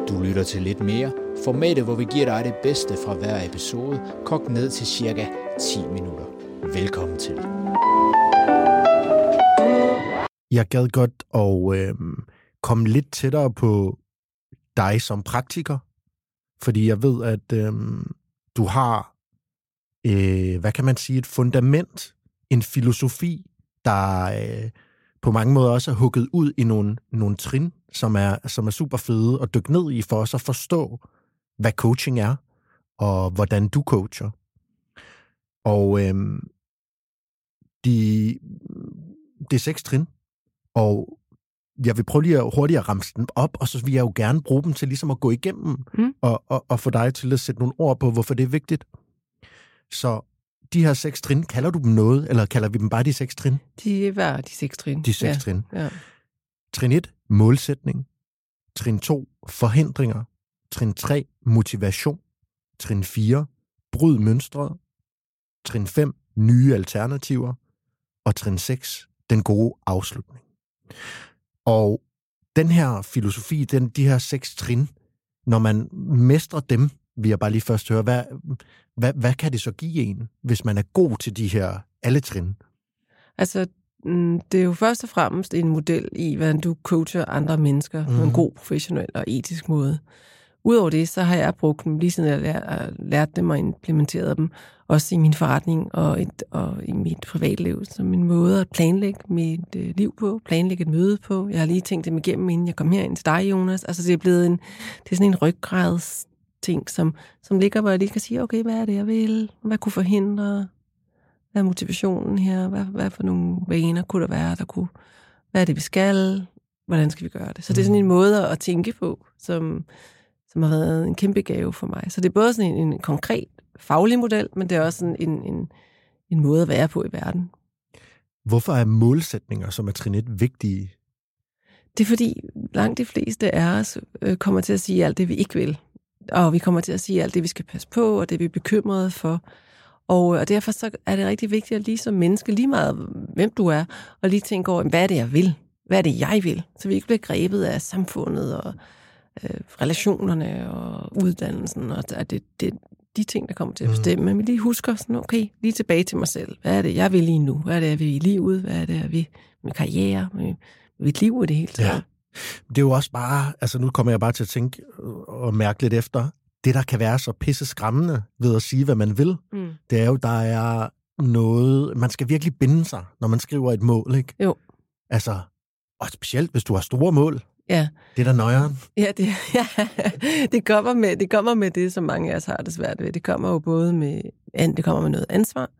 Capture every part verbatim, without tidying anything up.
Du lytter til Lidt Mere, formatet, hvor vi giver dig det bedste fra hver episode, kogt ned til cirka ti minutter. Velkommen til. Jeg gad godt at øh, komme lidt tættere på dig som praktiker, fordi jeg ved, at øh, du har, øh, hvad kan man sige, et fundament, en filosofi, der øh, på mange måder også er hugget ud i nogle, nogle trin, som er, som er super fede at dykke ned i for os at forstå, hvad coaching er, og hvordan du coacher. Og øh, de, det er seks trin, og jeg vil prøve lige at hurtigt at ramse dem op, og så vil jeg jo gerne bruge dem til ligesom at gå igennem, mm. og, og, og få dig til at sætte nogle ord på, hvorfor det er vigtigt. Så de her seks trin, kalder du dem noget, eller kalder vi dem bare de seks trin? De er hver de seks trin. De seks ja. trin. Ja. Trin et, målsætning. Trin to, forhindringer. Trin tre, motivation. Trin fire, bryd mønstret. Trin fem, nye alternativer. Og trin seks, den gode afslutning. Og den her filosofi, den, de her seks trin, når man mestrer dem, vil jeg bare lige først høre, hvad, hvad, hvad kan det så give en, hvis man er god til de her alle trin? Altså, det er jo først og fremmest en model i, hvordan du coacher andre mennesker mm. på en god, professionel og etisk måde. Udover det, så har jeg brugt dem, lige siden jeg lær, lærte dem og implementeret dem, også i min forretning og, et, og i mit privatliv, som en måde at planlægge mit øh, liv på, planlægge et møde på. Jeg har lige tænkt dem igennem, inden jeg kom herind til dig, Jonas. Altså, det er blevet en, det er sådan en ryggrads ting, som, som ligger, hvor jeg lige kan sige, okay, hvad er det, jeg vil? Hvad kunne forhindre? Hvad er motivationen her? Hvad, hvad for nogle vaner kunne der være? Der kunne, hvad er det, vi skal? Hvordan skal vi gøre det? Så det er sådan en måde at tænke på, som, som har været en kæmpe gave for mig. Så det er både sådan en, en konkret faglig model, men det er også sådan en, en, en måde at være på i verden. Hvorfor er målsætninger, som er trin et, vigtige? Det er fordi langt de fleste af os øh, kommer til at sige alt det, vi ikke vil. Og vi kommer til at sige alt det, vi skal passe på, og det vi er bekymrede for. Og, og derfor så er det rigtig vigtigt at lige som menneske, lige meget hvem du er, og lige tænke over, hvad er det, jeg vil? Hvad er det, jeg vil? Så vi ikke bliver grebet af samfundet og øh, relationerne og uddannelsen, og det er det, de ting, der kommer til at bestemme. Men vi lige husker sådan, okay, lige tilbage til mig selv. Hvad er det, jeg vil lige nu? Hvad er det, jeg vil i livet? Hvad er det, jeg vil med karriere? Med mit liv i det hele taget? Ja. Det er jo også bare, altså nu kommer jeg bare til at tænke og mærke lidt efter, det der kan være så pisse skræmmende ved at sige, hvad man vil, mm. det er jo, der er noget, man skal virkelig binde sig, når man skriver et mål, ikke? Jo. Altså, og specielt hvis du har store mål. Ja. Det er da nøjeren. Ja, det, ja. det, kommer med, det kommer med det, som mange af os har det svært ved. Det kommer jo både med, det kommer med noget ansvar,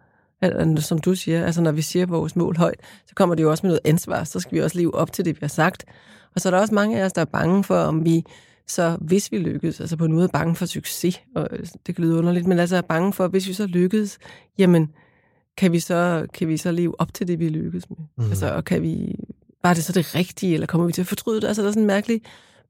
som du siger, altså når vi siger vores mål højt, så kommer det jo også med noget ansvar, så skal vi også leve op til det, vi har sagt. Og så er der også mange af os, der er bange for, om vi så, hvis vi lykkes, altså på en måde bange for succes, og det kan lyde underligt, men altså er bange for, hvis vi så lykkes, jamen, kan vi så, kan vi så leve op til det, vi lykkes med? Mm. Altså, og kan vi, var det så det rigtige, eller kommer vi til at fortryde det? Altså, der er sådan en mærkelig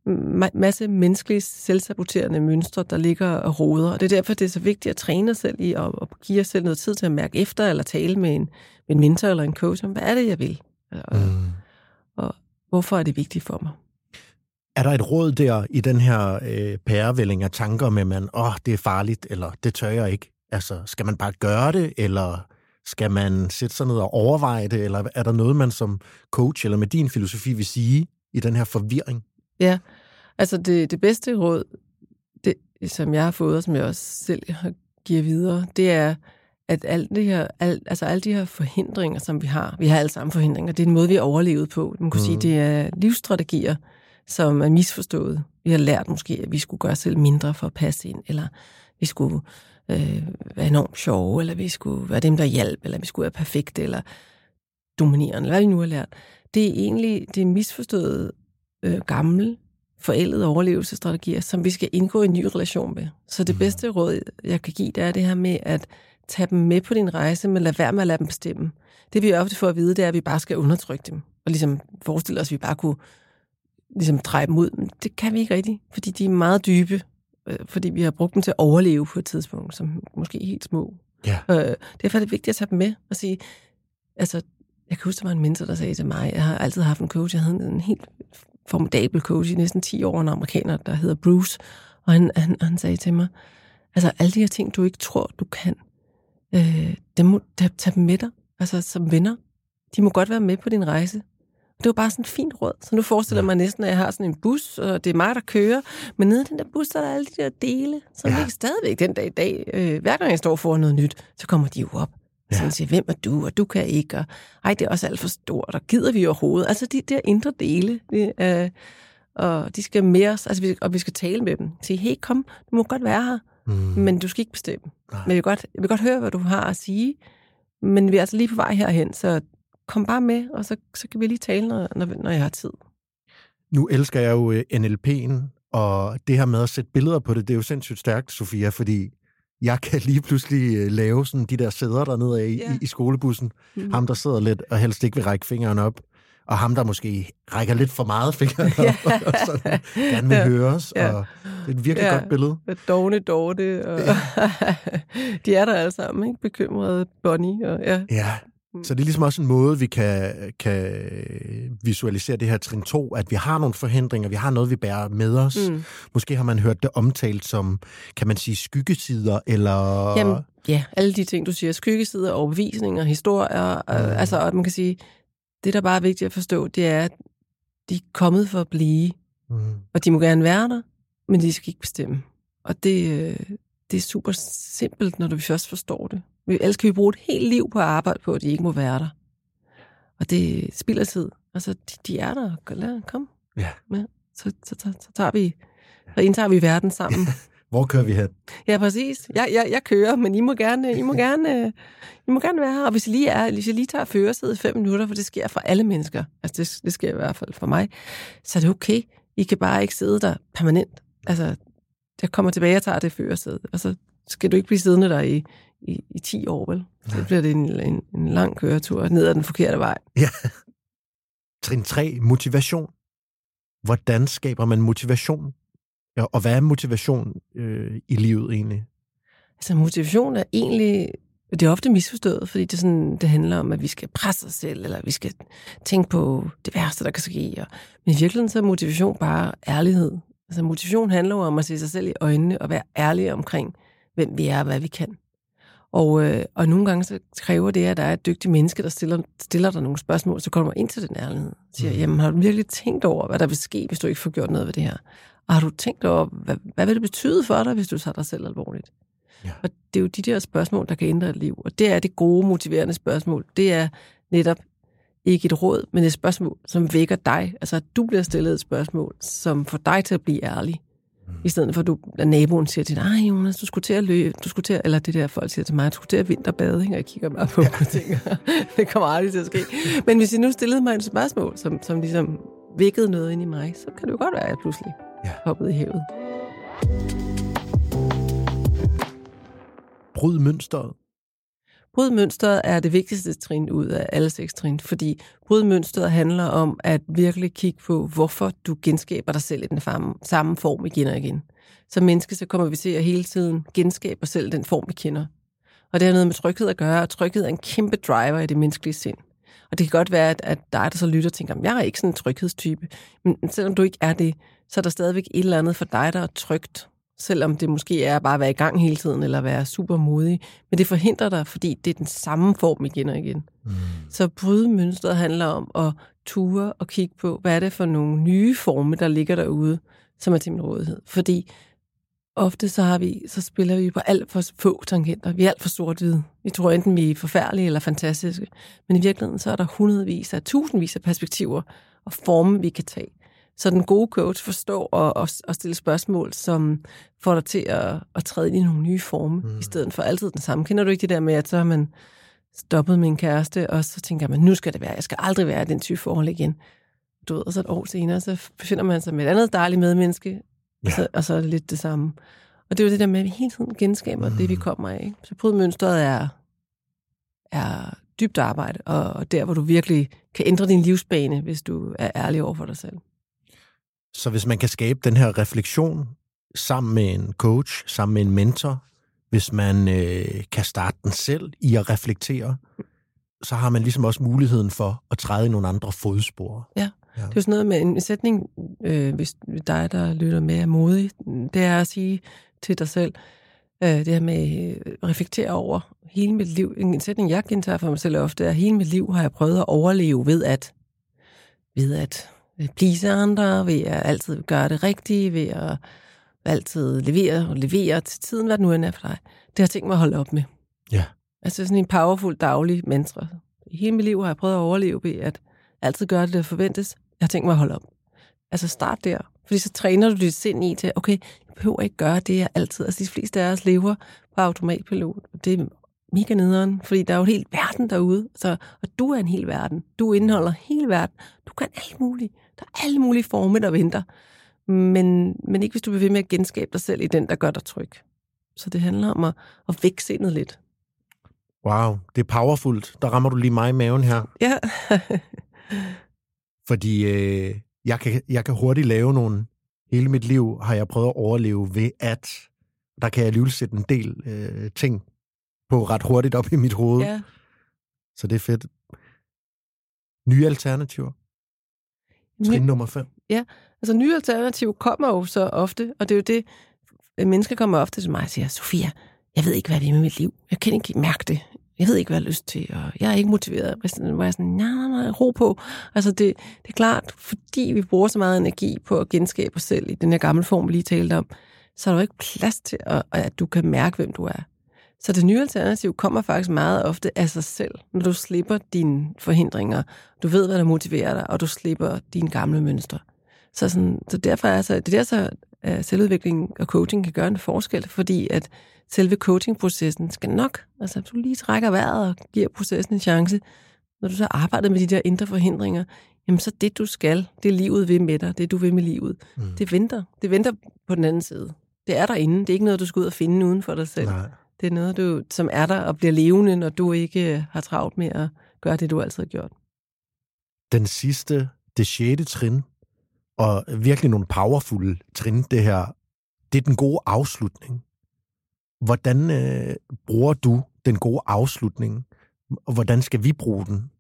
masse menneskelige selvsaboterende mønstre, der ligger og roder, og det er derfor, det er så vigtigt at træne os selv i, og, og give os selv noget tid til at mærke efter, eller tale med en, med en mentor eller en coach om, hvad er det, jeg vil? Og, mm. og hvorfor er det vigtigt for mig? Er der et råd der i den her øh, pærevælling af tanker med, man, åh, oh, det er farligt, eller det tør jeg ikke? Altså, skal man bare gøre det, eller skal man sætte sig ned og overveje det, eller er der noget, man som coach, eller med din filosofi vil sige i den her forvirring? Ja, altså det, det bedste råd, det, som jeg har fået, og som jeg også selv giver videre, det er, at alt det her, alt, altså alle de her forhindringer, som vi har, vi har alle sammen forhindringer, det er en måde, vi har overlevet på. Man kunne mm. sige, det er livsstrategier, som er misforstået. Vi har lært måske, at vi skulle gøre selv mindre for at passe ind, eller vi skulle øh, være enormt sjove, eller vi skulle være dem, der hjælper, eller vi skulle være perfekte, eller dominerende, eller hvad vi nu har lært. Det er egentlig det er misforstået øh, gamle, forældede overlevelsesstrategier, som vi skal indgå i en ny relation med. Så det bedste råd, jeg kan give, det er det her med at tage dem med på din rejse, men lad være med at lade dem bestemme. Det vi ofte får at vide, det er, at vi bare skal undertrykke dem, og ligesom forestille os, at vi bare kunne ligesom dreje dem ud. Men det kan vi ikke rigtigt, fordi de er meget dybe, øh, fordi vi har brugt dem til at overleve på et tidspunkt, som måske helt små. Ja. Øh, derfor er det vigtigt at tage dem med og sige, altså, jeg kan huske, der var en mentor, der sagde til mig, jeg har altid haft en coach, jeg havde en helt formidabel coach i næsten ti år, en amerikaner, der hedder Bruce, og han, han, han sagde til mig, altså alle de her ting, du ikke tror, du kan, øh, dem må tage dem med dig, altså som venner. De må godt være med på din rejse. Det var bare sådan et fint råd. Så nu forestiller jeg mig næsten, at jeg har sådan en bus, og det er mig, der kører. Men nede i den der bus, der er der alle de der dele, som ja. ligger stadigvæk den dag i dag. Øh, hver gang jeg står for noget nyt, så kommer de jo op. Ja. Så siger, hvem er du, og du kan ikke, og ej, det er også alt for stort, og gider vi overhovedet? Altså de der indre dele, de, øh, og de skal med os, altså, og vi skal tale med dem. Sige, hey, kom, du må godt være her, mm. men du skal ikke bestemme. Nej. Men jeg vil, godt, jeg vil godt høre, hvad du har at sige, men vi er altså lige på vej herhen, så kom bare med, og så, så kan vi lige tale, når, når, når jeg har tid. Nu elsker jeg jo N L P'en, og det her med at sætte billeder på det, det er jo sindssygt stærkt, Sofia, fordi jeg kan lige pludselig lave sådan de der sæder dernede af i, ja. i, i skolebussen. Mm. Ham, der sidder lidt og helst ikke vil række fingeren op, og ham, der måske rækker lidt for meget fingeren op, ja. og sådan gerne vil ja. høres. Ja. Og det er et virkelig ja. godt billede. Dogne, Dorte, og ja. de er der alle sammen, ikke? Bekymrede Bonnie. Og, ja. ja. Så det er ligesom også en måde, vi kan, kan visualisere det her trin to, at vi har nogle forhindringer, vi har noget, vi bærer med os. Mm. Måske har man hørt det omtalt som, kan man sige, skyggesider, eller... Jamen, ja, alle de ting, du siger, skyggesider, overbevisninger, historier, mm. øh, altså, at man kan sige, det, der bare er vigtigt at forstå, det er, at de er kommet for at blive, mm. og de må gerne være der, men de skal ikke bestemme. Og det, øh, det er super simpelt, når du først forstår det. Ellers kan vi bruge et helt liv på at arbejde på, at de ikke må være der. Og det spilder tid. Altså, de, de er der. Lad, kom. Ja. Ja. Så, så, så, så tager vi, så indtager vi verden sammen. Hvor kører vi hen? Ja, præcis. Jeg, jeg, jeg kører, men I må gerne, I må gerne, I må gerne være her. Og hvis I lige, er, hvis I lige tager førersædet i fem minutter, for det sker for alle mennesker, altså det, det sker i hvert fald for mig, så er det okay. I kan bare ikke sidde der permanent. Altså, jeg kommer tilbage og tager det førersæde, og så skal du ikke blive siddende der i I, i ti år, vel? Så bliver det en, en, en lang køretur ned ad den forkerte vej. Ja. Trin tre, motivation. Hvordan skaber man motivation? Ja, og hvad er motivation øh, i livet egentlig? Altså motivation er egentlig, det er ofte misforstået, fordi det, sådan, det handler om, at vi skal presse os selv, eller vi skal tænke på det værste, der kan ske. Og, men i virkeligheden så er motivation bare ærlighed. Altså motivation handler jo om at se sig selv i øjnene og være ærlig omkring, hvem vi er og hvad vi kan. Og, øh, og nogle gange så kræver det, at der er et dygtigt menneske, der stiller, stiller dig nogle spørgsmål, så kommer du ind til den ærlighed. Siger, mm. jamen har du virkelig tænkt over, hvad der vil ske, hvis du ikke får gjort noget ved det her? Og har du tænkt over, hvad, hvad vil det betyde for dig, hvis du tager dig selv alvorligt? Ja. Og det er jo de der spørgsmål, der kan ændre et liv. Og det er det gode, motiverende spørgsmål. Det er netop ikke et råd, men et spørgsmål, som vækker dig. Altså at du bliver stillet et spørgsmål, som får dig til at blive ærlig. I stedet for, at, du, at naboen siger til dig, nej Jonas, du skulle til at løbe, du skulle til at, eller det der folk siger til mig, du skulle til at vinterbade, ikke? Og jeg kigger bare på og tænker, det kommer aldrig til at ske. Men hvis I nu stillede mig et spørgsmål, som, som ligesom vækkede noget ind i mig, så kan det jo godt være, at jeg pludselig ja. hoppede i havet. Bryd mønstret. Bryd mønstret er det vigtigste trin ud af alle seks trin, fordi bryd mønstret handler om at virkelig kigge på, hvorfor du genskaber dig selv i den samme form igen og igen. Som menneske, så kommer vi til at hele tiden genskabe os selv den form, vi kender. Og det har noget med tryghed at gøre, og tryghed er en kæmpe driver i det menneskelige sind. Og det kan godt være, at dig, der så lytter, tænker, jeg er ikke sådan en tryghedstype. Men selvom du ikke er det, så er der stadigvæk et eller andet for dig, der er trygt. Selvom det måske er bare at være i gang hele tiden, eller være super modig. Men det forhindrer dig, fordi det er den samme form igen og igen. Mm. Så brydemønstret handler om at ture og kigge på, hvad er det for nogle nye former, der ligger derude, som er til min rådighed. Fordi ofte så, har vi, så spiller vi på alt for få tangenter. Vi er alt for sort-hvide. Vi tror enten, vi er forfærdelige eller fantastiske. Men i virkeligheden så er der hundredvis af tusindvis af perspektiver og former, vi kan tage. Så den gode coach forstår og, og, og stille spørgsmål, som får dig til at, at træde ind i nogle nye former, mm. i stedet for altid den samme. Kender du ikke det der med, at så har man stoppet med en kæreste, og så tænker man, nu skal det være, jeg skal aldrig være i den type forhold igen. Du ved, og så et år senere, så befinder man sig med et andet dejligt medmenneske, ja. og, så, og så er det lidt det samme. Og det er jo det der med, at vi hele tiden genskaber mm. det, vi kommer af. Ikke? Så brydmønstret er, er dybt arbejde, og der, hvor du virkelig kan ændre din livsbane, hvis du er ærlig over for dig selv. Så hvis man kan skabe den her refleksion sammen med en coach, sammen med en mentor, hvis man øh, kan starte den selv i at reflektere, så har man ligesom også muligheden for at træde i nogle andre fodspor. Ja, Det er jo sådan noget med en sætning, øh, hvis dig, der lytter med, er modig, det er at sige til dig selv, øh, det her med at reflektere over hele mit liv. En sætning, jeg gentager for mig selv ofte, er, at hele mit liv har jeg prøvet at overleve ved at, ved at please andre, ved at altid gøre det rigtige, ved at altid levere og levere til tiden, hvad det nu end er for dig. Det har jeg tænkt mig at holde op med. Ja. Altså sådan en powerful daglig mantra. I hele mit liv har jeg prøvet at overleve ved at altid gøre det, der forventes. Jeg har tænkt mig at holde op. Altså start der. Fordi så træner du dit sind i til, okay, jeg behøver ikke gøre det, jeg altid. Altså de fleste af os lever på automatpilot. Og det er mega nederen, fordi der er jo en hel verden derude. Så, og du er en hel verden. Du indeholder hele verden. Du kan alt muligt. Der er alle mulige former, der venter. Men, men ikke hvis du bliver ved med at genskabe dig selv i den, der gør dig tryg. Så det handler om at, at vække sindet lidt. Wow, det er powerfult. Der rammer du lige mig i maven her. Ja. Fordi øh, jeg, kan, jeg kan hurtigt lave nogle... Hele mit liv har jeg prøvet at overleve ved at... Der kan jeg alligevel sætte en del øh, ting på ret hurtigt op i mit hoved. Ja. Så det er fedt. Nye alternativer. Trin nummer fem. Ja, altså nye alternativer kommer jo så ofte, og det er jo det, mennesker kommer ofte til mig og siger, Sofia, jeg ved ikke, hvad det er med mit liv. Jeg kan ikke mærke det. Jeg ved ikke, hvad jeg har lyst til, og jeg er ikke motiveret. Hvor jeg er sådan, nej, nej, nej, ro på. Altså det, det er klart, fordi vi bruger så meget energi på at genskabe os selv i den her gamle form, vi lige talte om, så er der jo ikke plads til, at, at du kan mærke, hvem du er. Så det nye alternativ kommer faktisk meget ofte af sig selv, når du slipper dine forhindringer, du ved, hvad der motiverer dig, og du slipper dine gamle mønstre. Så, sådan, så derfor er så, det der så, at selvudvikling og coaching kan gøre en forskel, fordi at selve coachingprocessen skal nok, altså du lige trækker vejret og giver processen en chance, når du så arbejder med de der indre forhindringer, jamen så det du skal, det livet vil med dig, det du vil med livet, mm. det venter, det venter på den anden side. Det er derinde, det er ikke noget, du skal ud og finde uden for dig selv. Nej. Det er noget, du, som er der og bliver levende, når du ikke har travlt med at gøre det, du altid har gjort. Den sidste, det sjette trin, og virkelig nogle powerful trin, det her, det er den gode afslutning. Hvordan øh, bruger du den gode afslutning, og hvordan skal vi bruge den?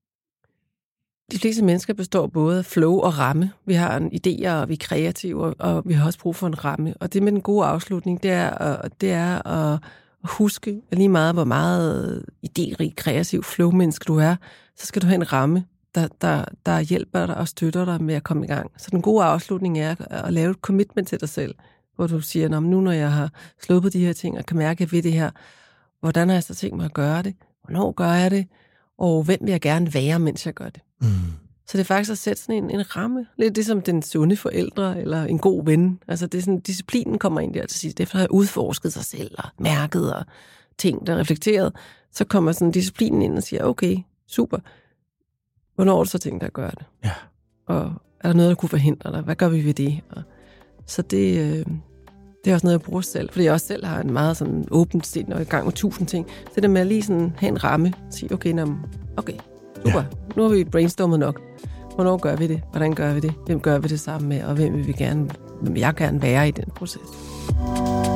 De fleste mennesker består både af flow og ramme. Vi har en idéer, og vi er kreative, og vi har også brug for en ramme. Og det med den gode afslutning, det er, det er at huske lige meget, hvor meget idérig, kreativ flow-menneske du er, så skal du have en ramme, der, der, der hjælper dig og støtter dig med at komme i gang. Så den gode afslutning er at lave et commitment til dig selv, hvor du siger, nu når jeg har sluppet de her ting, og kan mærke, at jeg ved det her, hvordan har jeg så tænkt mig at gøre det? Hvornår gør jeg det? Og hvem vil jeg gerne være, mens jeg gør det? Mm. Så det er faktisk at sætte sådan en, en ramme, lidt ligesom den sunde forældre, eller en god ven. Altså det er sådan, disciplinen kommer ind der til sidst. Efter at have udforsket sig selv, og mærket, og tænkt og reflekteret, så kommer sådan disciplinen ind og siger, okay, super. Hvornår har du så tænkt dig at gøre det? Ja. Og er der noget, der kunne forhindre dig? Hvad gør vi ved det? Og så det, øh, det er også noget, jeg bruger selv, fordi jeg også selv har en meget sådan åbent sind og i gang med tusind ting. Så det der med at lige sådan have en ramme, sige, okay, nå, okay, super, ja. Nu har vi brainstormet nok. Hvornår gør vi det? Hvordan gør vi det? Hvem gør vi det sammen med? Og hvem vil vi gerne, hvem vil jeg gerne være i den proces?